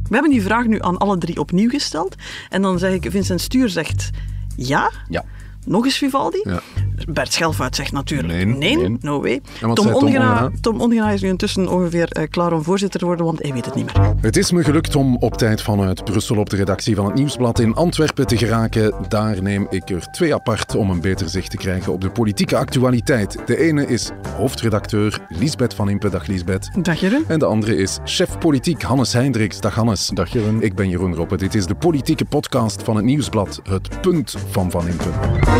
We hebben die vraag nu aan alle 3 opnieuw gesteld. En dan zeg ik, Vincent Stuur zegt ja. Ja. Nog eens Vivaldi. Ja. Bert Schelvaert zegt natuurlijk nee. No way. En wat zei Tom Ongena is nu intussen ongeveer klaar om voorzitter te worden, want hij weet het niet meer. Het is me gelukt om op tijd vanuit Brussel op de redactie van het Nieuwsblad in Antwerpen te geraken. Daar neem ik er 2 apart om een beter zicht te krijgen op de politieke actualiteit. De ene is hoofdredacteur Liesbeth van Impe. Dag Liesbeth. Dag Jeroen. En de andere is chef politiek Hannes Hendricks. Dag Hannes. Dag Jeroen. Ik ben Jeroen Roppe. Dit is de politieke podcast van het Nieuwsblad. Het punt van Van Impe.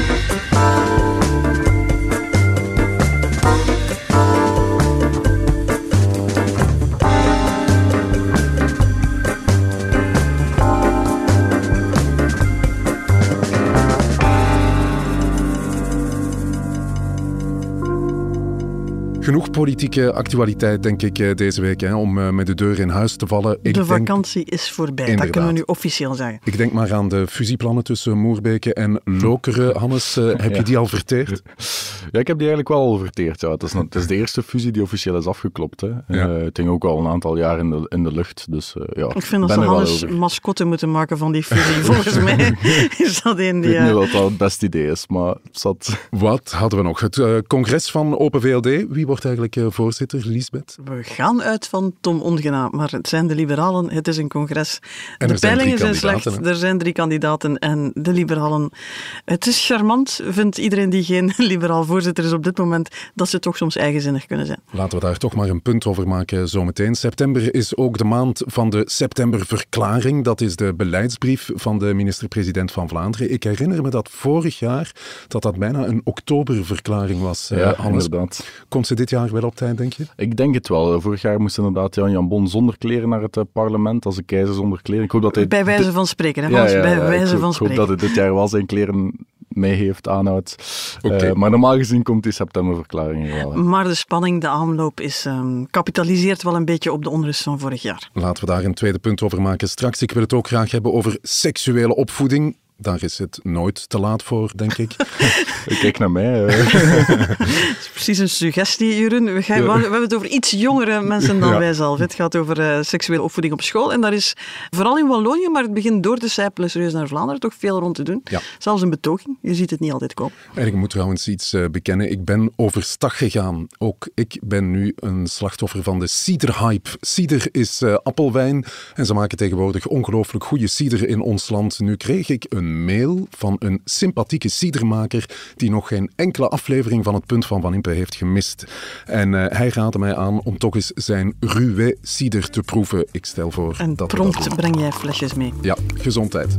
Genoeg politieke actualiteit, denk ik, deze week, om met de deur in huis te vallen. De vakantie is voorbij, inderdaad. Dat kunnen we nu officieel zeggen. Ik denk maar aan de fusieplannen tussen Moerbeke en Lokeren. Hannes, heb je die al verteerd? Ja, ik heb die eigenlijk wel al verteerd. Ja. Het is de eerste fusie die officieel is afgeklopt. Hè. Ja. Het hing ook al een aantal jaar in de lucht. Dus, ik vind dat ze Hannes mascotte moeten maken van die fusie. Volgens mij is dat een die... Ik weet niet wat dat het beste idee is, maar het zat... Wat hadden we nog? Het congres van Open VLD. Wie wordt eigenlijk voorzitter, Liesbeth? We gaan uit van Tom Ongena, maar het zijn de liberalen, het is een congres. En de peilingen zijn slecht, hè? Er zijn 3 kandidaten en de liberalen... Het is charmant, vindt iedereen die geen liberaal voorzitter is op dit moment, dat ze toch soms eigenzinnig kunnen zijn. Laten we daar toch maar een punt over maken zometeen. September is ook de maand van de septemberverklaring. Dat is de beleidsbrief van de minister-president van Vlaanderen. Ik herinner me dat vorig jaar dat bijna een oktoberverklaring was. Ja, Hannes. inderdaad. Komt ze dit jaar wel op tijd, denk je? Ik denk het wel. Vorig jaar moest inderdaad Jan Bon zonder kleren naar het parlement, als een keizer zonder kleren. Ik hoop dat hij bij wijze van spreken, hè? Ik hoop dat hij dit jaar wel zijn kleren mee heeft, aanhoudt. Okay. Maar normaal gezien komt die septemberverklaring wel. Hè. Maar de spanning, de aanloop, kapitaliseert wel een beetje op de onrust van vorig jaar. Laten we daar een tweede punt over maken straks. Ik wil het ook graag hebben over seksuele opvoeding. Daar is het nooit te laat voor, denk ik. Kijk naar mij. Het is precies een suggestie, Jeroen. We hebben het over iets jongere mensen dan wij zelf. Het gaat over seksuele opvoeding op school. En daar is vooral in Wallonië, maar het begint door te sijpelen serieus naar Vlaanderen, toch veel rond te doen. Ja. Zelfs een betoging. Je ziet het niet altijd komen. En ik moet trouwens iets bekennen. Ik ben overstag gegaan. Ook ik ben nu een slachtoffer van de ciderhype. Cider is appelwijn en ze maken tegenwoordig ongelooflijk goede cider in ons land. Nu kreeg ik een mail van een sympathieke cidermaker die nog geen enkele aflevering van het punt van Impe heeft gemist. En hij raadde mij aan om toch eens zijn Ruwe cider te proeven. Ik stel voor en dat prompt breng jij flesjes mee. Ja, gezondheid.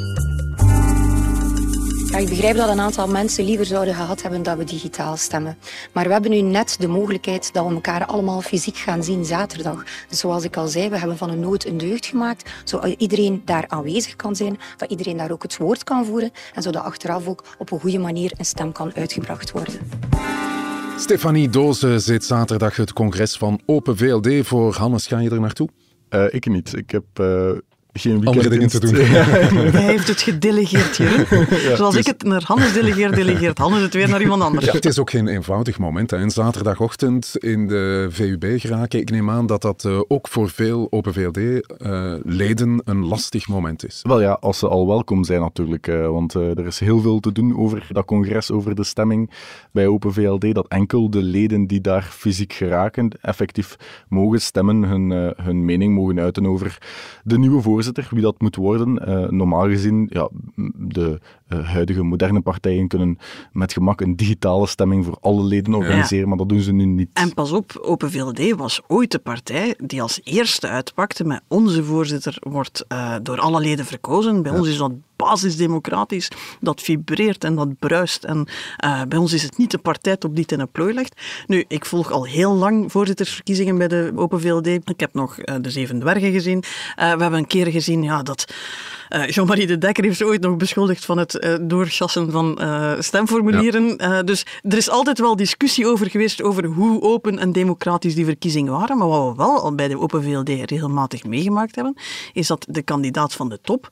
Ja, ik begrijp dat een aantal mensen liever zouden gehad hebben dat we digitaal stemmen. Maar we hebben nu net de mogelijkheid dat we elkaar allemaal fysiek gaan zien zaterdag. Dus zoals ik al zei, we hebben van een nood een deugd gemaakt. Zodat iedereen daar aanwezig kan zijn, dat iedereen daar ook het woord kan voeren. En zodat achteraf ook op een goede manier een stem kan uitgebracht worden. Stefanie Doze zit zaterdag het congres van Open VLD voor. Hannes, ga je er naartoe? Ik niet. Ik heb... geen andere dingen te doen. Hij heeft het gedelegeerd, Jeroen. Ja, zoals ik het naar Hannes delegeert Hannes het weer naar iemand anders. Ja, het is ook geen eenvoudig moment. Hè. Een zaterdagochtend in de VUB geraken. Ik neem aan dat dat ook voor veel Open VLD-leden een lastig moment is. Wel ja, als ze al welkom zijn natuurlijk. Want er is heel veel te doen over dat congres, over de stemming bij Open VLD. Dat enkel de leden die daar fysiek geraken effectief mogen stemmen, hun mening mogen uiten over de nieuwe voorzitter. Wie dat moet worden. Normaal gezien, ja, de huidige moderne partijen kunnen met gemak een digitale stemming voor alle leden organiseren, maar dat doen ze nu niet. En pas op, Open VLD was ooit de partij die als eerste uitpakte met onze voorzitter wordt door alle leden verkozen. Bij ons is dat basisdemocratisch, dat vibreert en dat bruist. En bij ons is het niet de partijtop die het in een plooi legt. Nu, ik volg al heel lang voorzittersverkiezingen bij de Open VLD. Ik heb nog de 7 dwergen gezien. We hebben een keer gezien dat Jean-Marie de Dekker heeft ooit nog beschuldigd van het doorgassen van stemformulieren. Ja. Dus er is altijd wel discussie over geweest over hoe open en democratisch die verkiezingen waren. Maar wat we wel al bij de Open VLD regelmatig meegemaakt hebben, is dat de kandidaat van de top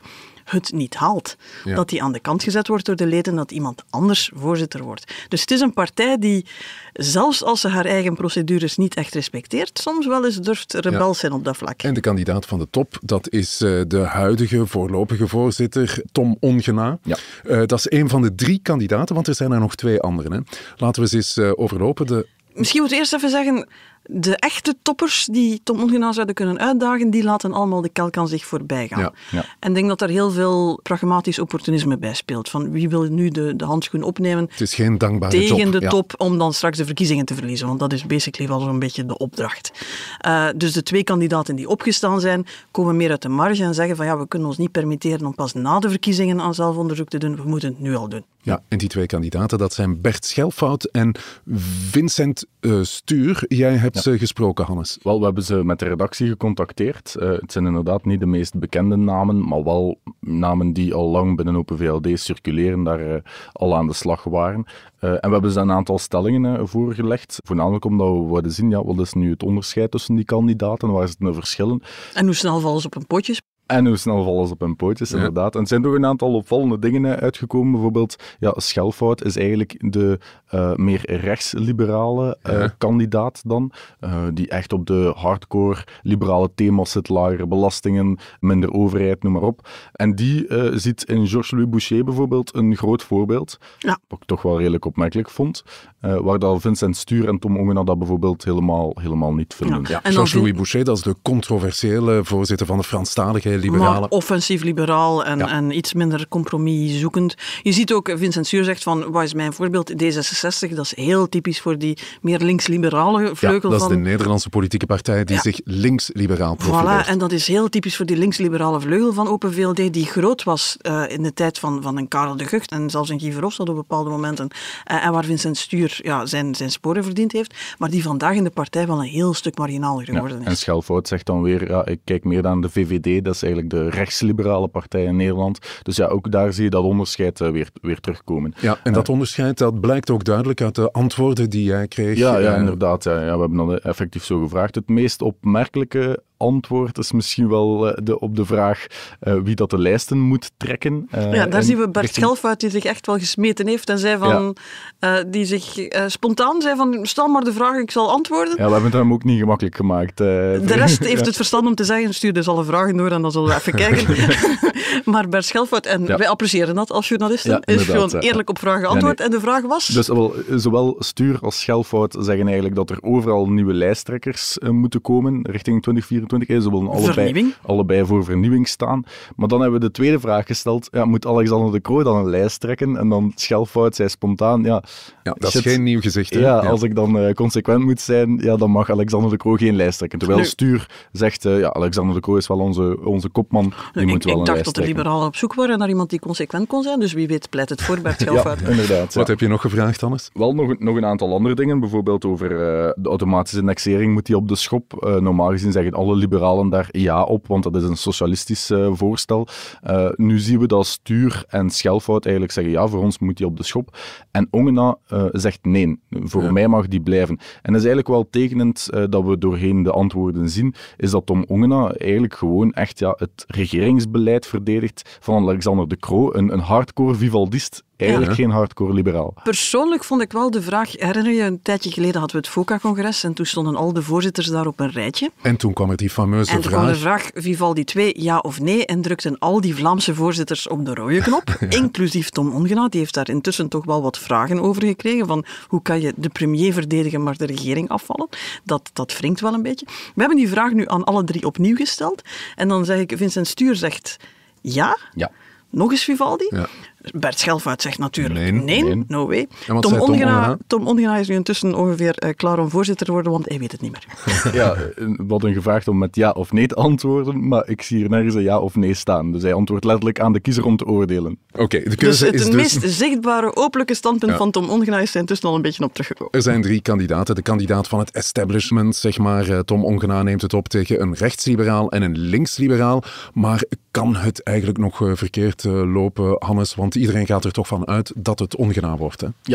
het niet haalt. Ja. Dat die aan de kant gezet wordt door de leden, dat iemand anders voorzitter wordt. Dus het is een partij die, zelfs als ze haar eigen procedures niet echt respecteert, soms wel eens durft rebels zijn op dat vlak. En de kandidaat van de top, dat is de huidige voorlopige voorzitter, Tom Ongena. Ja. Dat is een van de 3 kandidaten, want er zijn er nog 2 anderen. Hè. Laten we eens overlopen. Misschien moeten we eerst even zeggen, de echte toppers die Tom Ongena zouden kunnen uitdagen, die laten allemaal de kelk aan zich voorbij gaan. Ja. Ja. En ik denk dat er heel veel pragmatisch opportunisme bij speelt. Van wie wil nu de handschoen opnemen Het is geen dankbare job. tegen de Ja. top om dan straks de verkiezingen te verliezen. Want dat is basically wel zo'n beetje de opdracht. Dus de 2 kandidaten die opgestaan zijn, komen meer uit de marge en zeggen van ja, we kunnen ons niet permitteren om pas na de verkiezingen aan zelfonderzoek te doen. We moeten het nu al doen. Ja, en die 2 kandidaten, dat zijn Bert Schelfout en Vincent Stuur. Jij hebt ze gesproken, Hannes. Wel, we hebben ze met de redactie gecontacteerd. Het zijn inderdaad niet de meest bekende namen, maar wel namen die al lang binnen Open VLD circuleren, daar al aan de slag waren. En we hebben ze een aantal stellingen voorgelegd, voornamelijk omdat we wilden zien, ja, wat is nu het onderscheid tussen die kandidaten, waar zitten de verschillen? En hoe snel vallen ze op hun potjes? En hoe snel vallen ze op hun pootjes, inderdaad. En er zijn toch een aantal opvallende dingen uitgekomen. Bijvoorbeeld, ja, Schelfout is eigenlijk de meer rechtsliberale kandidaat dan. Die echt op de hardcore liberale thema's zit, lagere belastingen, minder overheid, noem maar op. En die ziet in Georges-Louis Boucher bijvoorbeeld een groot voorbeeld. Ja. Wat ik toch wel redelijk opmerkelijk vond. Waar dat Vincent Stuur en Tom Ongena dat bijvoorbeeld helemaal niet vinden. Ja. Ja. En dan Georges-Louis Boucher, dat is de controversiële voorzitter van de Franstalige liberalen. Maar offensief liberaal en iets minder compromiszoekend. Je ziet ook, Vincent Stuur zegt van, wat is mijn voorbeeld? D66, dat is heel typisch voor die meer links-liberale vleugel dat is van... de Nederlandse politieke partij die zich links-liberaal profileert. Voilà, en dat is heel typisch voor die links-liberale vleugel van Open VLD, die groot was in de tijd van een Karel de Gucht en zelfs een Guy Verhofstadt op bepaalde momenten. En waar Vincent Stuur zijn sporen verdiend heeft, maar die vandaag in de partij wel een heel stuk marginaler geworden is. En Schelfout zegt dan weer, ja, ik kijk meer naar de VVD, dat is eigenlijk de rechtsliberale partij in Nederland. Dus ja, ook daar zie je dat onderscheid weer terugkomen. Ja, en dat onderscheid, dat blijkt ook duidelijk uit de antwoorden die jij kreeg. Ja, inderdaad. Ja, we hebben dat effectief zo gevraagd. Het meest opmerkelijke antwoord is misschien wel op de vraag wie dat de lijsten moet trekken. Daar zien we Bert Schelfout die zich echt wel gesmeten heeft en zei van, die zich spontaan zei van, stel maar de vraag, ik zal antwoorden. Ja, we hebben het hem ook niet gemakkelijk gemaakt. De rest heeft het verstand om te zeggen, stuur dus alle vragen door en dan zullen we even kijken. Maar Bert Schelfout, en wij appreciëren dat als journalisten, is gewoon eerlijk op vragen antwoord. En de vraag was... Dus zowel Stuur als Schelfout zeggen eigenlijk dat er overal nieuwe lijsttrekkers moeten komen richting 2024. Ze willen allebei voor vernieuwing staan. Maar dan hebben we de tweede vraag gesteld. Ja, moet Alexander De Croo dan een lijst trekken? En dan Schelfout zei spontaan... Ja, dat is geen nieuw gezicht. Hè? Ja, als ik dan consequent moet zijn, ja, dan mag Alexander De Croo geen lijst trekken. Terwijl Stuur zegt, Alexander De Croo is wel onze kopman. Die moet wel een lijst trekken. Ik dacht dat de liberalen op zoek waren naar iemand die consequent kon zijn. Dus wie weet pleit het voor Bert Schelfout. Ja, inderdaad. Wat heb je nog gevraagd, Hannes? Wel nog een aantal andere dingen. Bijvoorbeeld over de automatische indexering moet die op de schop. Normaal gezien zeggen alle liberalen daar ja op, want dat is een socialistisch voorstel. Nu zien we dat Stuur en Schelfout eigenlijk zeggen ja, voor ons moet die op de schop. En Ongena zegt nee, voor mij mag die blijven. En dat is eigenlijk wel tekenend dat we doorheen de antwoorden zien, is dat Tom Ongena eigenlijk gewoon echt het regeringsbeleid verdedigt van Alexander De Croo, een hardcore Vivaldist. Eigenlijk geen hardcore liberaal. Persoonlijk vond ik wel de vraag, herinner je, een tijdje geleden hadden we het FOCA-congres en toen stonden al de voorzitters daar op een rijtje. En toen kwam er die fameuze vraag. En toen kwam de vraag, Vivaldi 2, ja of nee? En drukten al die Vlaamse voorzitters op de rode knop, inclusief Tom Ongena. Die heeft daar intussen toch wel wat vragen over gekregen, van hoe kan je de premier verdedigen, maar de regering afvallen? Dat wringt wel een beetje. We hebben die vraag nu aan alle 3 opnieuw gesteld. En dan zeg ik, Vincent Stuur zegt ja. Ja. Nog eens Vivaldi. Ja. Bert Schelfout zegt natuurlijk nee, no way. En wat zei Tom Ongena is nu intussen ongeveer klaar om voorzitter te worden, want hij weet het niet meer. Ja, we hadden gevraagd om met ja of nee te antwoorden, maar ik zie hier nergens een ja of nee staan. Dus hij antwoordt letterlijk aan de kiezer om te oordelen. Oké, de keuze dus is het meest zichtbare, openlijke standpunt van Tom Ongena is er intussen al een beetje op teruggekomen. Er zijn 3 kandidaten. De kandidaat van het establishment, zeg maar. Tom Ongena neemt het op tegen een rechtsliberaal en een linksliberaal. Maar kan het eigenlijk nog verkeerd lopen, Hannes? Want iedereen gaat er toch van uit dat het Ongena wordt, hè? Ja,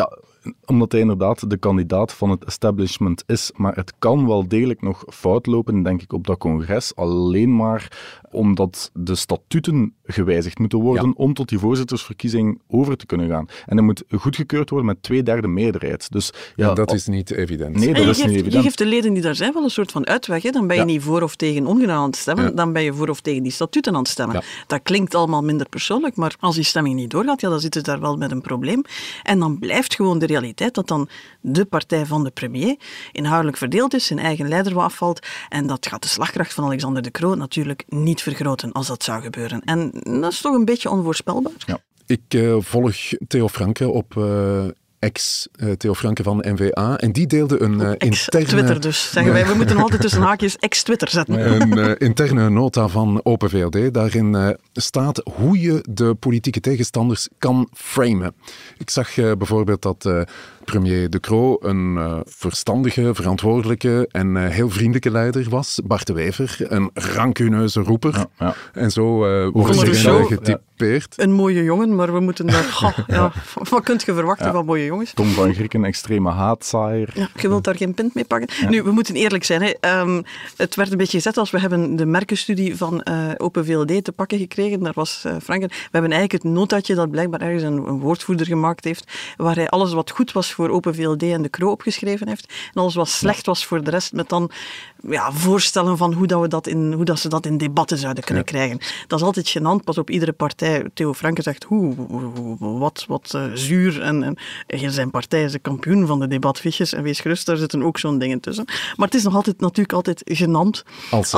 omdat hij inderdaad de kandidaat van het establishment is. Maar het kan wel degelijk nog fout lopen, denk ik, op dat congres. Alleen maar omdat de statuten gewijzigd moeten worden om tot die voorzittersverkiezing over te kunnen gaan. En dat moet goedgekeurd worden met 2/3 meerderheid. Dus, dat is niet evident. Nee, dat is niet evident. Je geeft de leden die daar zijn wel een soort van uitweg. Hè? Dan ben je niet voor of tegen ongedaan aan het stemmen, dan ben je voor of tegen die statuten aan het stemmen. Ja. Dat klinkt allemaal minder persoonlijk, maar als die stemming niet doorgaat, dan zitten ze daar wel met een probleem. En dan blijft gewoon de realiteit dat dan de partij van de premier inhoudelijk verdeeld is, zijn eigen leider afvalt, en dat gaat de slagkracht van Alexander De Croo natuurlijk niet vergroten als dat zou gebeuren. En dat is toch een beetje onvoorspelbaar. Ja. Ik volg Theo Franke op Theo Franke van N-VA, en die deelde een interne... Twitter dus, zeggen wij. We moeten altijd tussen haakjes ex-Twitter zetten. Een interne nota van Open VLD. Daarin staat hoe je de politieke tegenstanders kan framen. Ik zag bijvoorbeeld dat premier De Croo een verstandige, verantwoordelijke en heel vriendelijke leider was. Bart de Wever, een rancuneuze roeper. Ja. En zo wordt hij getypeerd. Een mooie jongen, maar we moeten daar... wat kun je verwachten van mooie jongens? Tom van Grieken, extreme haatzaaier. Ja, je wilt daar geen pint mee pakken. Ja. Nu, we moeten eerlijk zijn. Hè. Het werd een beetje gezet als we hebben de merkenstudie van Open VLD te pakken gekregen. Daar was Franken. We hebben eigenlijk het notaatje dat blijkbaar ergens een woordvoerder gemaakt heeft, waar hij alles wat goed was voor Open VLD en De Croo opgeschreven heeft. En alles wat slecht was voor de rest, met dan voorstellen van hoe dat ze dat in debatten zouden kunnen krijgen. Dat is altijd gênant. Pas op, iedere partij, Theo Franke zegt, wat zuur. En zijn partij is de kampioen van de debatfiches. En wees gerust, daar zitten ook zo'n dingen tussen. Maar het is nog natuurlijk altijd gênant als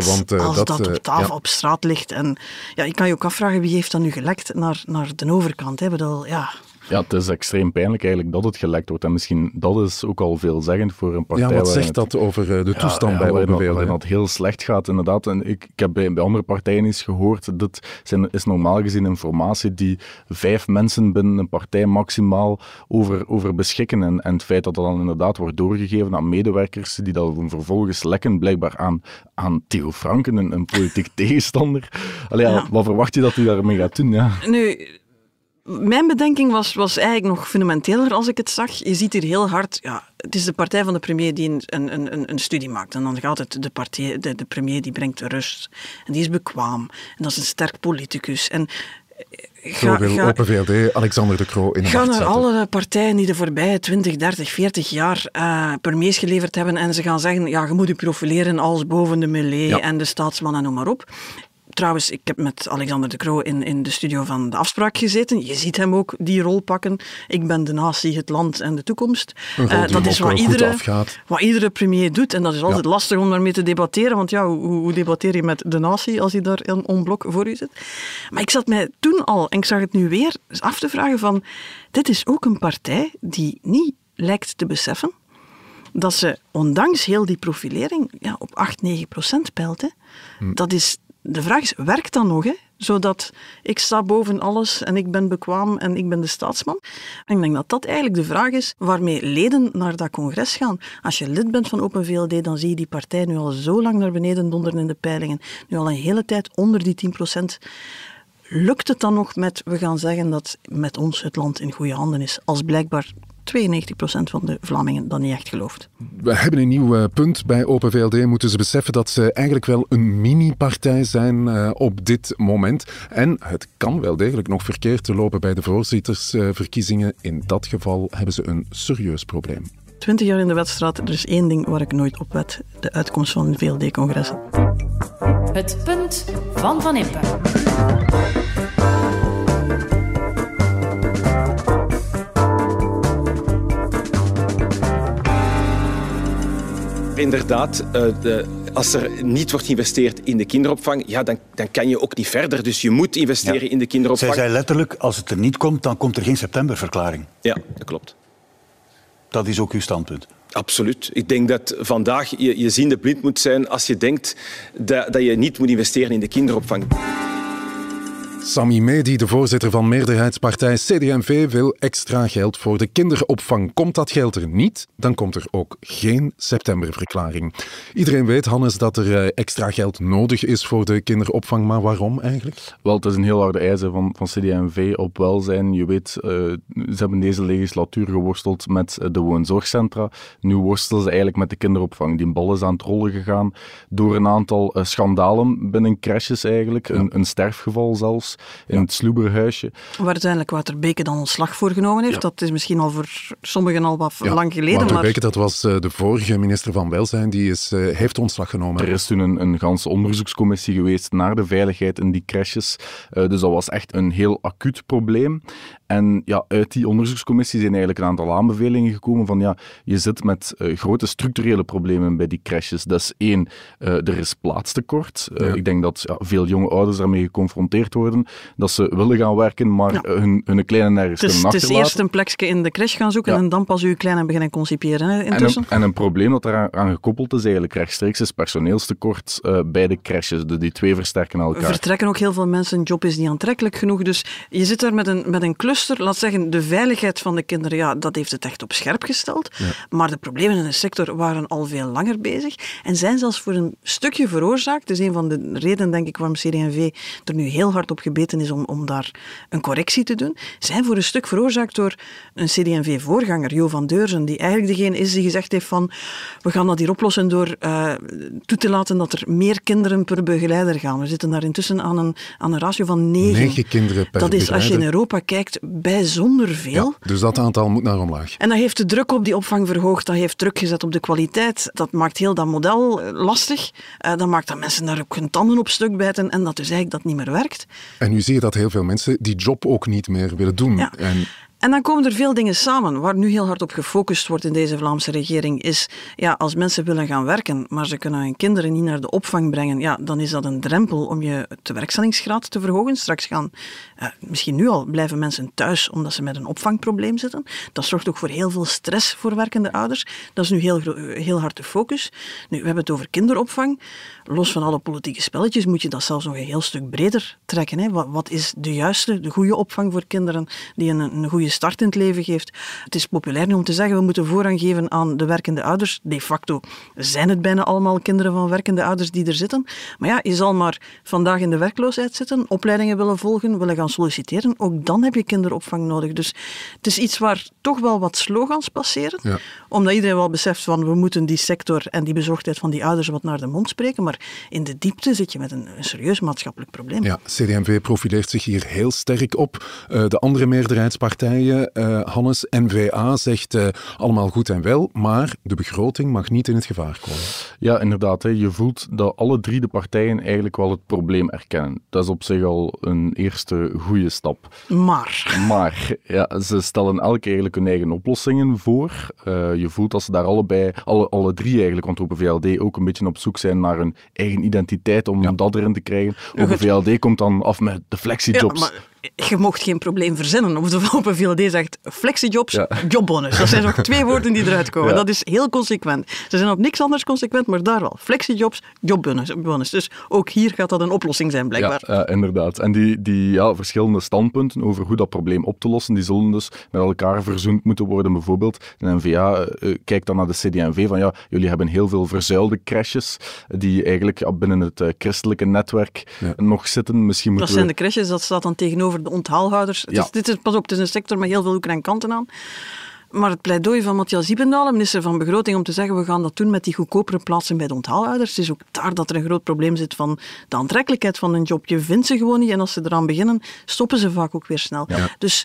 dat op tafel, op straat ligt. En je kan je ook afvragen, wie heeft dat nu gelekt naar de overkant? Hè? Ja, het is extreem pijnlijk eigenlijk dat het gelekt wordt. En misschien dat is ook al veelzeggend voor een partij. Ja, wat zegt dat over de toestand bij Open VLD? Waar het heel slecht gaat, inderdaad. En ik heb bij andere partijen eens gehoord, dit is normaal gezien informatie die 5 mensen binnen een partij maximaal over beschikken. En het feit dat dat dan inderdaad wordt doorgegeven aan medewerkers die dat vervolgens lekken, blijkbaar aan Theo Franken, een politiek tegenstander. Wat verwacht je dat hij daarmee gaat doen? Ja. Nu... Mijn bedenking was eigenlijk nog fundamenteler als ik het zag. Je ziet hier heel hard, het is de partij van de premier die een studie maakt. En dan gaat het de premier die brengt rust. En die is bekwaam. En dat is een sterk politicus. En Zo wil Open VLD Alexander De Croo in de macht zetten. Ga naar alle partijen die de voorbije 20, 30, 40 jaar premiers geleverd hebben en ze gaan zeggen, je moet je profileren als boven de mêlée en de staatsman en noem maar op. Trouwens, ik heb met Alexander De Croo in de studio van De Afspraak gezeten. Je ziet hem ook die rol pakken. Ik ben de natie, het land en de toekomst. Dat is wat iedere premier doet. En dat is altijd lastig om daarmee te debatteren. Want hoe debatteer je met de natie als je daar en blok voor je zit? Maar ik zat mij toen al, en ik zag het nu weer, af te vragen van... Dit is ook een partij die niet lijkt te beseffen dat ze, ondanks heel die profilering, op 8-9% peilt. Hè. Dat is... De vraag is, werkt dat nog? Hè? Zodat ik sta boven alles en ik ben bekwaam en ik ben de staatsman. En ik denk dat dat eigenlijk de vraag is waarmee leden naar dat congres gaan. Als je lid bent van Open VLD, dan zie je die partij nu al zo lang naar beneden donderen in de peilingen. Nu al een hele tijd onder die 10%. Lukt het dan nog we gaan zeggen dat met ons het land in goede handen is, als blijkbaar 92% van de Vlamingen dat niet echt gelooft. We hebben een nieuw punt bij Open VLD. Moeten ze beseffen dat ze eigenlijk wel een mini-partij zijn op dit moment. En het kan wel degelijk nog verkeerd te lopen bij de voorzittersverkiezingen. In dat geval hebben ze een serieus probleem. 20 jaar in de wedstrijd, er is één ding waar ik nooit op wed. De uitkomst van VLD-congressen. Het punt van Van Impe. Inderdaad, als er niet wordt geïnvesteerd in de kinderopvang, dan kan je ook niet verder. Dus je moet investeren in de kinderopvang. Zij zei letterlijk, als het er niet komt, dan komt er geen septemberverklaring. Ja, dat klopt. Dat is ook uw standpunt? Absoluut. Ik denk dat vandaag je ziende blind moet zijn als je denkt dat je niet moet investeren in de kinderopvang. Sami Mehdi, de voorzitter van meerderheidspartij CD&V, wil extra geld voor de kinderopvang. Komt dat geld er niet, dan komt er ook geen septemberverklaring. Iedereen weet, Hannes, dat er extra geld nodig is voor de kinderopvang, maar waarom eigenlijk? Wel, het is een heel harde eis van CD&V op welzijn. Je weet, ze hebben deze legislatuur geworsteld met de woonzorgcentra. Nu worstelen ze eigenlijk met de kinderopvang. Die bal is aan het rollen gegaan door een aantal schandalen binnen crèches eigenlijk. Een sterfgeval zelfs. In het Sloeberhuisje. Waar uiteindelijk Wouter Beke dan ontslag voor genomen heeft. Ja. Dat is misschien al voor sommigen al wat lang geleden. Wouter Beke, dat was de vorige minister van Welzijn, die heeft ontslag genomen. Er is toen een ganse onderzoekscommissie geweest naar de veiligheid in die crèches. Dus dat was echt een heel acuut probleem. En ja, uit die onderzoekscommissie zijn eigenlijk een aantal aanbevelingen gekomen van je zit met grote structurele problemen bij die crèches. Dat is 1, er is plaatstekort. Ik denk dat veel jonge ouders daarmee geconfronteerd worden. Dat ze willen gaan werken, maar hun kleine nergens kunnen achterlaten. Het is eerst een plekje in de crèche gaan zoeken en dan pas uw kleine beginnen conciperen. Hè, intussen. En een probleem dat eraan gekoppeld is eigenlijk rechtstreeks is personeelstekort bij de crèches. Die twee versterken elkaar. Vertrekken ook heel veel mensen, een job is niet aantrekkelijk genoeg. Dus je zit daar met een cluster, laat zeggen, de veiligheid van de kinderen, dat heeft het echt op scherp gesteld. Ja. Maar de problemen in de sector waren al veel langer bezig en zijn zelfs voor een stukje veroorzaakt. Dat is een van de redenen, denk ik, waarom CD&V er nu heel hard op gebeten is om daar een correctie te doen, zijn voor een stuk veroorzaakt door een CD&V-voorganger, Jo van Deurzen, die eigenlijk degene is die gezegd heeft van we gaan dat hier oplossen door toe te laten dat er meer kinderen per begeleider gaan. We zitten daar intussen aan een ratio van 9. 9 kinderen per Dat is, begeleider. als je in Europa kijkt, bijzonder veel. Ja, dus dat aantal moet naar omlaag. En dat heeft de druk op die opvang verhoogd, dat heeft druk gezet op de kwaliteit, dat maakt heel dat model lastig, dat maakt dat mensen daar ook hun tanden op stuk bijten en dat dus eigenlijk dat niet meer werkt. En nu zie je dat heel veel mensen die job ook niet meer willen doen. Ja. En dan komen er veel dingen samen. Waar nu heel hard op gefocust wordt in deze Vlaamse regering is, als mensen willen gaan werken, maar ze kunnen hun kinderen niet naar de opvang brengen, dan is dat een drempel om je de werkstellingsgraad te verhogen. Straks misschien nu al, blijven mensen thuis omdat ze met een opvangprobleem zitten. Dat zorgt ook voor heel veel stress voor werkende ouders. Dat is nu heel hard de focus. Nu, we hebben het over kinderopvang. Los van alle politieke spelletjes moet je dat zelfs nog een heel stuk breder trekken. Hè. Wat is de goede opvang voor kinderen die een goede start in het leven geeft? Het is populair nu om te zeggen, we moeten voorrang geven aan de werkende ouders. De facto zijn het bijna allemaal kinderen van werkende ouders die er zitten. Maar je zal maar vandaag in de werkloosheid zitten, opleidingen willen volgen, willen gaan solliciteren. Ook dan heb je kinderopvang nodig. Dus het is iets waar toch wel wat slogans passeren. Ja. Omdat iedereen wel beseft van, we moeten die sector en die bezorgdheid van die ouders wat naar de mond spreken. Maar in de diepte zit je met een serieus maatschappelijk probleem. Ja, CD&V profileert zich hier heel sterk op. De andere meerderheidspartijen, Hannes, N-VA zegt allemaal goed en wel, maar de begroting mag niet in het gevaar komen. Ja, inderdaad. Je voelt dat alle 3 de partijen eigenlijk wel het probleem erkennen. Dat is op zich al een eerste goede stap. Maar ze stellen elk eigenlijk hun eigen oplossingen voor. Je voelt dat ze daar alle 3 eigenlijk, want Open VLD ook een beetje op zoek zijn naar een eigen identiteit om dat erin te krijgen. Open VLD komt dan af met de flexijobs. Ja, maar je mocht geen probleem verzinnen. Of de Open VLD zegt flexijobs, jobbonus. Dat zijn nog 2 woorden die eruit komen. Ja. Dat is heel consequent. Ze zijn op niks anders consequent, maar daar wel. Flexijobs, jobbonus. Dus ook hier gaat dat een oplossing zijn, blijkbaar. Ja, inderdaad. En die verschillende standpunten over hoe dat probleem op te lossen, die zullen dus met elkaar verzoend moeten worden. Bijvoorbeeld, de N-VA kijkt dan naar de CD&V van jullie hebben heel veel verzuilde crèches die eigenlijk binnen het christelijke netwerk nog zitten. Misschien dat zijn de crèches, dat staat dan tegenover de onthaalhouders. Pas op, het is een sector met heel veel hoeken en kanten aan. Maar het pleidooi van Matthias Diependalen, minister van Begroting, om te zeggen we gaan dat doen met die goedkopere plaatsen bij de onthaalhouders. Het is ook daar dat er een groot probleem zit van de aantrekkelijkheid van een job. Je vindt ze gewoon niet en als ze eraan beginnen, stoppen ze vaak ook weer snel. Ja. Dus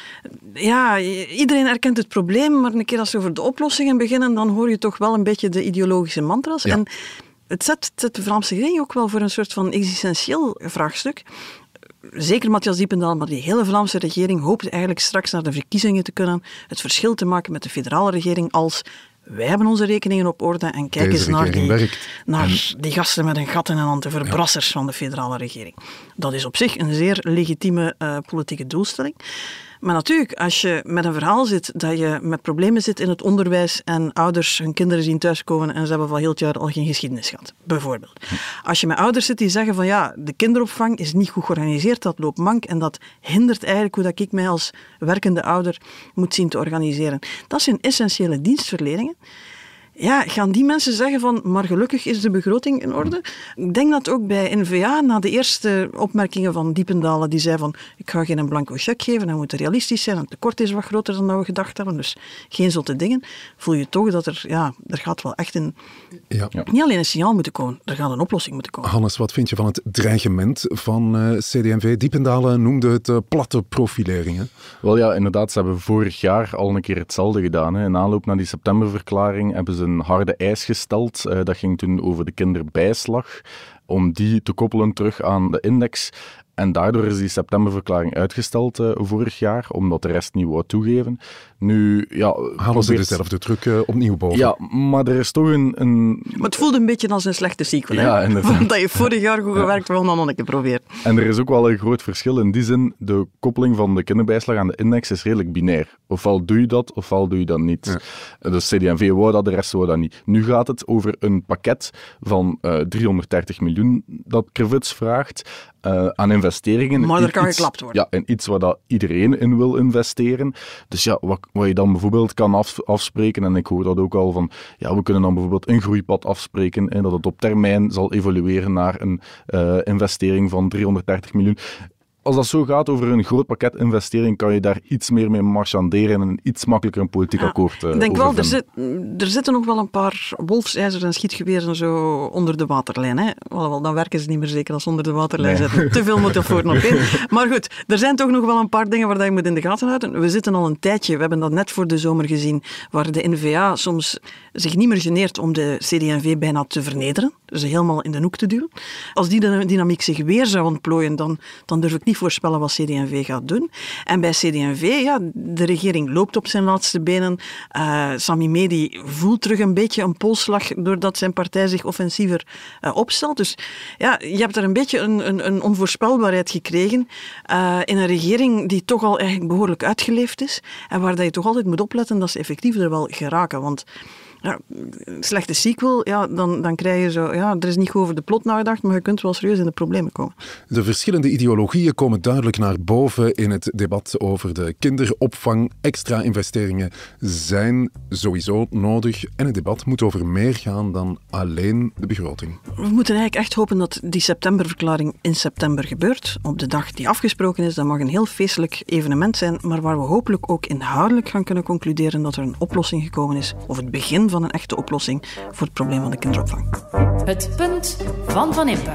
iedereen erkent het probleem, maar een keer als ze over de oplossingen beginnen, dan hoor je toch wel een beetje de ideologische mantras. Ja. En het zet de Vlaamse regering ook wel voor een soort van existentieel vraagstuk. Zeker Matthias Diependalen, maar die hele Vlaamse regering hoopt eigenlijk straks naar de verkiezingen te kunnen het verschil te maken met de federale regering als wij hebben onze rekeningen op orde en kijk eens naar die gasten met een gat in een hand, de verbrassers van de federale regering. Dat is op zich een zeer legitieme politieke doelstelling. Maar natuurlijk, als je met een verhaal zit dat je met problemen zit in het onderwijs en ouders hun kinderen zien thuiskomen en ze hebben van heel het jaar al geen geschiedenis gehad, bijvoorbeeld. Als je met ouders zit die zeggen van ja, de kinderopvang is niet goed georganiseerd, dat loopt mank en dat hindert eigenlijk hoe dat ik mij als werkende ouder moet zien te organiseren. Dat zijn essentiële dienstverleningen. Ja, gaan die mensen zeggen van, maar gelukkig is de begroting in orde? Ik denk dat ook bij N-VA, na de eerste opmerkingen van Diependalen, die zei van, ik ga geen blanco cheque geven, dat moet realistisch zijn, het tekort is wat groter dan we gedacht hebben, dus geen zotte dingen. Voel je toch dat er gaat wel echt niet alleen een signaal moeten komen, er gaat een oplossing moeten komen. Hannes, wat vind je van het dreigement van CD&V? Diependalen noemde het platte profilering. Hè? Wel ja, inderdaad, ze hebben vorig jaar al een keer hetzelfde gedaan. Hè. In aanloop naar die septemberverklaring hebben ze een harde eis gesteld. Dat ging toen over de kinderbijslag, om die te koppelen terug aan de index. En daardoor is die septemberverklaring uitgesteld vorig jaar, omdat de rest niet wou toegeven. Nu, ja... Halen ze dezelfde truc opnieuw boven? Ja, maar er is toch een... Maar het voelde een beetje als een slechte sequel, hè? Ja, inderdaad. Dat je vorig jaar goed gewerkt, wil dan nog een keer proberen. En er is ook wel een groot verschil in die zin. De koppeling van de kinderbijslag aan de index is redelijk binair. Ofwel doe je dat, ofwel doe je dat niet. Ja. Dus CD&V wou dat, de rest wou dat niet. Nu gaat het over een pakket van 330 miljoen dat Crevits vraagt aan investeringen. Maar er kan geklapt worden. Ja, en iets waar dat iedereen in wil investeren. Dus ja, wat je dan bijvoorbeeld kan afspreken, en ik hoor dat ook al van, ja, we kunnen dan bijvoorbeeld een groeipad afspreken, en dat het op termijn zal evolueren naar een investering van 330 miljoen. Als dat zo gaat over een groot pakket investering, kan je daar iets meer mee marchanderen en een iets makkelijker een politiek akkoord Ik denk wel, er zitten nog wel een paar wolfsijzers en schietgeweren zo onder de waterlijn. Hè? Wel, dan werken ze niet meer zeker als ze onder de waterlijn zitten. Te veel metaforen op één. Maar goed, er zijn toch nog wel een paar dingen waar je moet in de gaten houden. We zitten al een tijdje, we hebben dat net voor de zomer gezien, waar de N-VA soms zich niet meer geneert om de CD&V bijna te vernederen. Dus helemaal in de hoek te duwen. Als die dynamiek zich weer zou ontplooien, dan durf ik niet voorspellen wat CD&V gaat doen. En bij CD&V, ja, de regering loopt op zijn laatste benen. Sami Medi voelt terug een beetje een polsslag doordat zijn partij zich offensiever opstelt. Dus ja, je hebt er een beetje een onvoorspelbaarheid gekregen in een regering die toch al eigenlijk behoorlijk uitgeleefd is en waar dat je toch altijd moet opletten dat ze effectief er wel geraken. Want ja, slechte sequel, ja, dan krijg je zo... Ja, er is niet goed over de plot nagedacht, maar je kunt wel serieus in de problemen komen. De verschillende ideologieën komen duidelijk naar boven in het debat over de kinderopvang. Extra investeringen zijn sowieso nodig. En het debat moet over meer gaan dan alleen de begroting. We moeten eigenlijk echt hopen dat die septemberverklaring in september gebeurt. Op de dag die afgesproken is. Dat mag een heel feestelijk evenement zijn, maar waar we hopelijk ook inhoudelijk gaan kunnen concluderen dat er een oplossing gekomen is, of het begin van een echte oplossing voor het probleem van de kinderopvang. Het punt van Van Impe.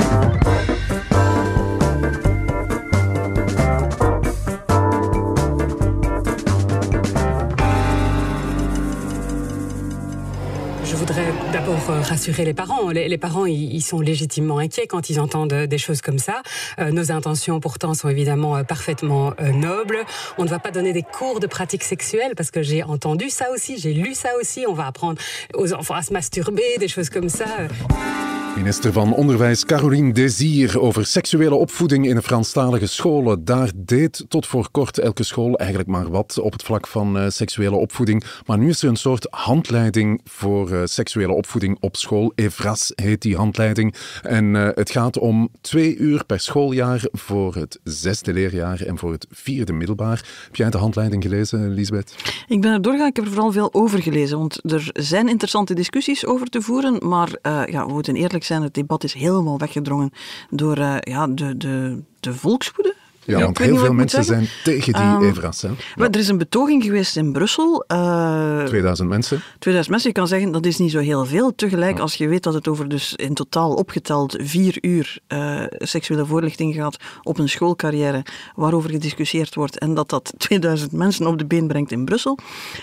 Je voudrais d'abord rassurer les parents. Les parents, ils sont légitimement inquiets quand ils entendent des choses comme ça. Nos intentions, pourtant, sont évidemment parfaitement nobles. On ne va pas donner des cours de pratique sexuelle, parce que j'ai entendu ça aussi, j'ai lu ça aussi. On va apprendre aux enfants à se masturber, des choses comme ça. Minister van Onderwijs Caroline Désir over seksuele opvoeding in Franstalige scholen. Daar deed tot voor kort elke school eigenlijk maar wat op het vlak van seksuele opvoeding. Maar nu is er een soort handleiding voor seksuele opvoeding op school. EVRAS heet die handleiding. En het gaat om 2 uur per schooljaar voor het 6e leerjaar en voor het 4e middelbaar. Heb jij de handleiding gelezen, Lisbeth? Ik ben er doorgegaan, ik heb er vooral veel over gelezen. Want er zijn interessante discussies over te voeren, maar we moeten eerlijk zijn, het debat is helemaal weggedrongen door de volkswoede. Ja, want heel veel mensen zijn tegen die EVRAS. Hè? Ja. Er is een betoging geweest in Brussel. 2000 mensen. 2000 mensen, je kan zeggen, dat is niet zo heel veel. Tegelijk, als je weet dat het over dus in totaal opgeteld 4 uur seksuele voorlichting gaat op een schoolcarrière waarover gediscussieerd wordt en dat 2000 mensen op de been brengt in Brussel.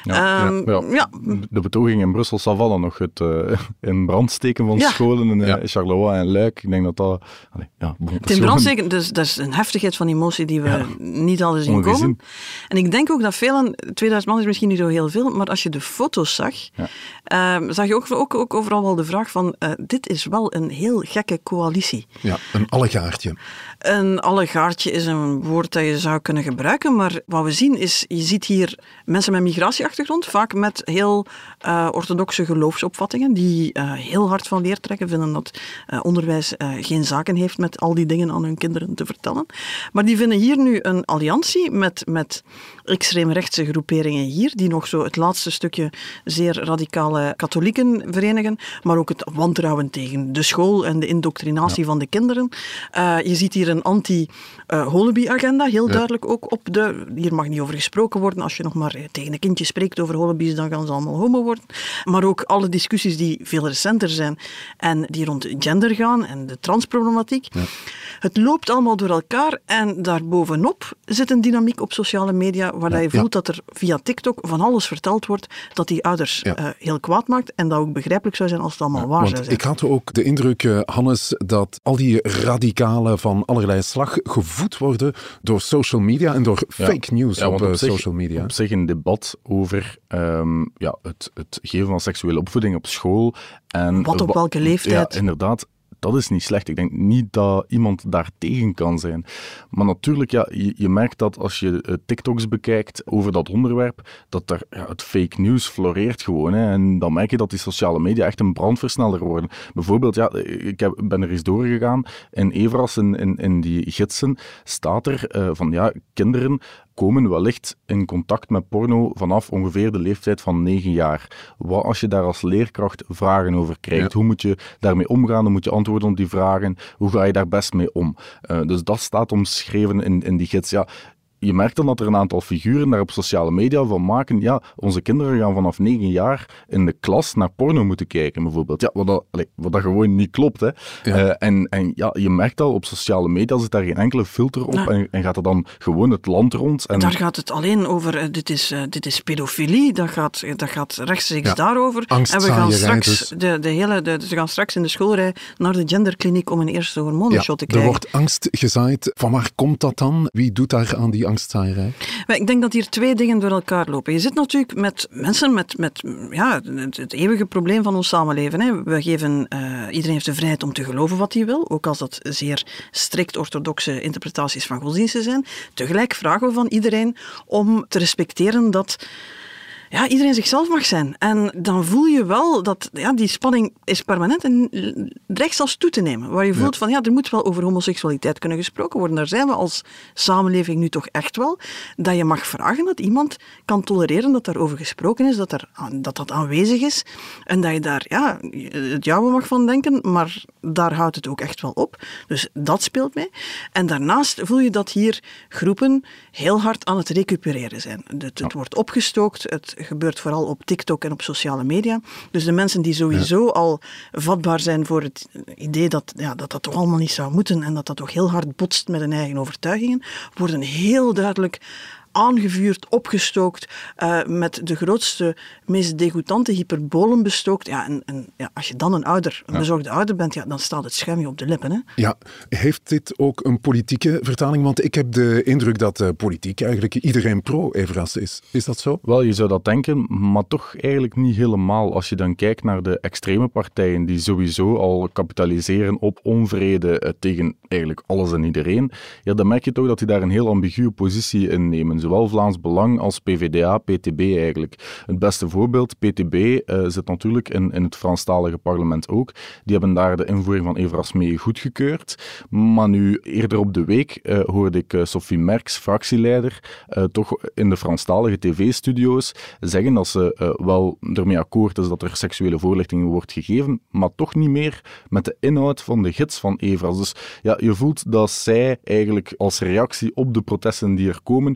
De betoging in Brussel zal vallen nog het in brand steken van scholen in Charleroi en Luik. Ik denk dat dat... Het in brand steken, dat is een heftigheid van emotie emotie die we niet hadden zien komen. En ik denk ook dat velen, 2000 man is misschien niet zo heel veel, maar als je de foto's zag, zag je ook overal wel de vraag van, dit is wel een heel gekke coalitie. Ja, een allegaartje. Een allegaartje is een woord dat je zou kunnen gebruiken, maar wat we zien is, je ziet hier mensen met migratieachtergrond, vaak met heel orthodoxe geloofsopvattingen, die heel hard van leer trekken, vinden dat onderwijs geen zaken heeft met al die dingen aan hun kinderen te vertellen. Maar die vinden hier nu een alliantie met extreemrechtse groeperingen hier, die nog zo het laatste stukje zeer radicale katholieken verenigen, maar ook het wantrouwen tegen de school en de indoctrinatie van de kinderen. Je ziet hier een anti-holibi-agenda, heel duidelijk ook op hier mag niet over gesproken worden, als je nog maar tegen een kindje spreekt over holibi's, dan gaan ze allemaal homo worden. Maar ook alle discussies die veel recenter zijn en die rond gender gaan en de transproblematiek. Ja. Het loopt allemaal door elkaar en daarbovenop zit een dynamiek op sociale media waar je voelt dat er via TikTok van alles verteld wordt dat die ouders heel kwaad maakt en dat ook begrijpelijk zou zijn als het allemaal waar zou zijn. Ik had ook de indruk, Hannes, dat al die radicalen van allerlei slag gevoed worden door social media en door fake news op social media. Op zich een debat over het geven van seksuele opvoeding op school. En wat op welke leeftijd? Ja, inderdaad. Dat is niet slecht. Ik denk niet dat iemand daar tegen kan zijn. Maar natuurlijk, je merkt dat als je TikToks bekijkt over dat onderwerp, dat er het fake news floreert gewoon. Hè. En dan merk je dat die sociale media echt een brandversneller worden. Bijvoorbeeld, ik ben er eens doorgegaan. In Evras, in die gidsen, staat er van kinderen komen wellicht in contact met porno vanaf ongeveer de leeftijd van 9 jaar. Wat als je daar als leerkracht vragen over krijgt? Hoe moet je daarmee omgaan? Dan moet je antwoorden op die vragen. Hoe ga je daar best mee om? Dus dat staat omschreven in die gids. Ja, je merkt dan dat er een aantal figuren daar op sociale media van maken, onze kinderen gaan vanaf 9 jaar in de klas naar porno moeten kijken, bijvoorbeeld. Ja, wat dat gewoon niet klopt. Hè. Ja. En je merkt al, op sociale media zit daar geen enkele filter op en gaat er dan gewoon het land rond. En daar gaat het alleen over, dit is pedofilie, dat gaat rechtstreeks daarover. En we gaan straks, ze gaan straks in de schoolrij naar de genderkliniek om een eerste hormonenshot te krijgen. Er wordt angst gezaaid. Van waar komt dat dan? Wie doet daar aan die angstzaaierij? Ik denk dat hier 2 dingen door elkaar lopen. Je zit natuurlijk met mensen met het eeuwige probleem van ons samenleven. Hè. We geven, iedereen heeft de vrijheid om te geloven wat hij wil, ook als dat zeer strikt orthodoxe interpretaties van godsdiensten zijn. Tegelijk vragen we van iedereen om te respecteren dat iedereen zichzelf mag zijn. En dan voel je wel dat die spanning is permanent en dreigt zelfs toe te nemen. Waar je voelt van, er moet wel over homoseksualiteit kunnen gesproken worden. Daar zijn we als samenleving nu toch echt wel. Dat je mag vragen dat iemand kan tolereren dat daarover gesproken is, dat aanwezig is. En dat je daar het jouwe mag van denken, maar daar houdt het ook echt wel op. Dus dat speelt mee. En daarnaast voel je dat hier groepen heel hard aan het recupereren zijn. Het wordt opgestookt, het gebeurt vooral op TikTok en op sociale media. Dus de mensen die sowieso al vatbaar zijn voor het idee dat toch allemaal niet zou moeten en dat toch heel hard botst met hun eigen overtuigingen, worden heel duidelijk aangevuurd, opgestookt, met de grootste, meest degoutante hyperbolen bestookt. Als je dan een bezorgde ouder bent, dan staat het schuim je op de lippen. Hè? Ja, heeft dit ook een politieke vertaling? Want ik heb de indruk dat politiek eigenlijk iedereen pro-Evras is. Is dat zo? Wel, je zou dat denken, maar toch eigenlijk niet helemaal. Als je dan kijkt naar de extreme partijen die sowieso al kapitaliseren op onvrede tegen eigenlijk alles en iedereen, dan merk je toch dat die daar een heel ambiguë positie in nemen. Zowel Vlaams Belang als PvdA, PTB eigenlijk. Het beste voorbeeld, PTB zit natuurlijk in het Franstalige parlement ook. Die hebben daar de invoering van Evras mee goedgekeurd. Maar nu, eerder op de week, hoorde ik Sophie Merks, fractieleider, toch in de Franstalige tv-studio's zeggen dat ze wel ermee akkoord is dat er seksuele voorlichting wordt gegeven, maar toch niet meer met de inhoud van de gids van Evras. Dus je voelt dat zij eigenlijk als reactie op de protesten die er komen, toch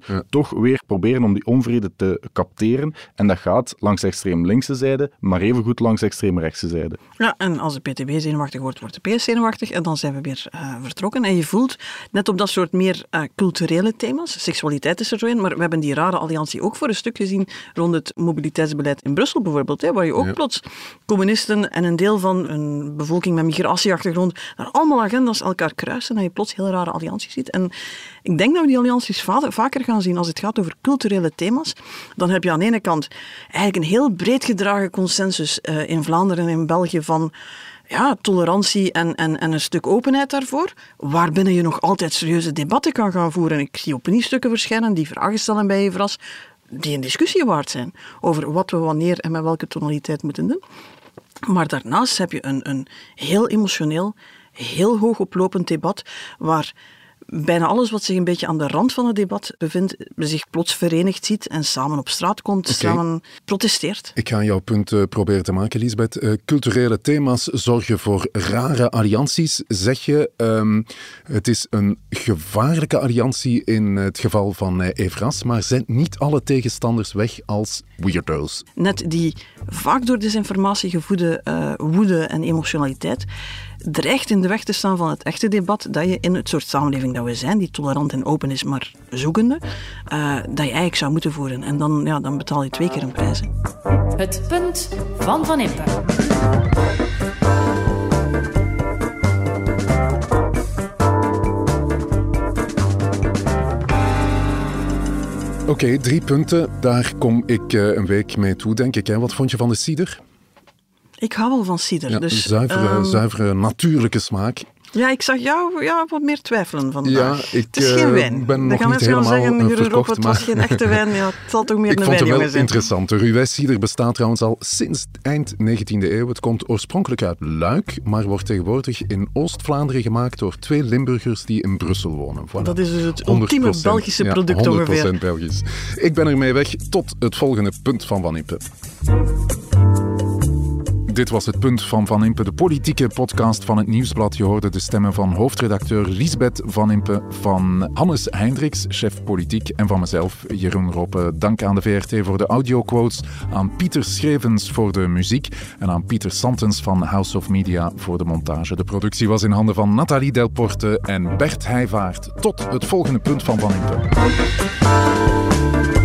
toch weer proberen om die onvrede te capteren. En dat gaat langs extreem linkse zijde, maar evengoed langs extreem rechtse zijde. Ja, en als de PTB zenuwachtig wordt, wordt de PS zenuwachtig en dan zijn we weer vertrokken. En je voelt, net op dat soort meer culturele thema's, seksualiteit is er zo in, maar we hebben die rare alliantie ook voor een stuk gezien rond het mobiliteitsbeleid in Brussel bijvoorbeeld, hè, waar je ook plots communisten en een deel van een bevolking met migratieachtergrond daar allemaal agendas elkaar kruisen en je plots heel rare allianties ziet. En ik denk dat we die allianties vaker gaan zien als het gaat over culturele thema's. Dan heb je aan de ene kant eigenlijk een heel breed gedragen consensus in Vlaanderen en in België van tolerantie en een stuk openheid daarvoor, waarbinnen je nog altijd serieuze debatten kan gaan voeren. Ik zie opiniestukken verschijnen die vragen stellen bij Evras, die een discussie waard zijn over wat we wanneer en met welke tonaliteit moeten doen. Maar daarnaast heb je een heel emotioneel, heel hoog oplopend debat waar bijna alles wat zich een beetje aan de rand van het debat bevindt, zich plots verenigd ziet en samen op straat komt, samen protesteert. Ik ga jouw punt proberen te maken, Lisbeth. Culturele thema's zorgen voor rare allianties, zeg je. Het is een gevaarlijke alliantie in het geval van Evras, maar zijn niet alle tegenstanders weg als weirdo's? Net die vaak door desinformatie gevoede woede en emotionaliteit dreigt in de weg te staan van het echte debat dat je in het soort samenleving dat we zijn, die tolerant en open is, maar zoekende, dat je eigenlijk zou moeten voeren. En dan betaal je 2 keer een prijs. Het punt van Van Impe. Oké, 3 punten. Daar kom ik een week mee toe, denk ik. Wat vond je van de cider? Ik hou wel van cider. Ja, dus, zuivere, natuurlijke smaak. Ja, ik zag jou wat meer twijfelen vandaag. Ja, het is geen wijn. Ben nog gaan niet helemaal zeggen, verkocht. Het was geen echte wijn. Ja, het zal toch meer een Ik wijn zijn. vond het wel interessant. De Ruwais-cider bestaat trouwens al sinds eind 19e eeuw. Het komt oorspronkelijk uit Luik, maar wordt tegenwoordig in Oost-Vlaanderen gemaakt door 2 Limburgers die in Brussel wonen. Voilà. Dat is dus het ultieme Belgische product ongeveer. 100% Belgisch. Ik ben ermee weg tot het volgende punt van Van Impe. Dit was het punt van Van Impe, de politieke podcast van het Nieuwsblad. Je hoorde de stemmen van hoofdredacteur Lisbeth Van Impe, van Hannes Hendricks, chef politiek, en van mezelf, Jeroen Roppe. Dank aan de VRT voor de audioquotes, aan Pieter Schrevens voor de muziek en aan Pieter Santens van House of Media voor de montage. De productie was in handen van Nathalie Delporte en Bert Heijvaart. Tot het volgende punt van Van Impe.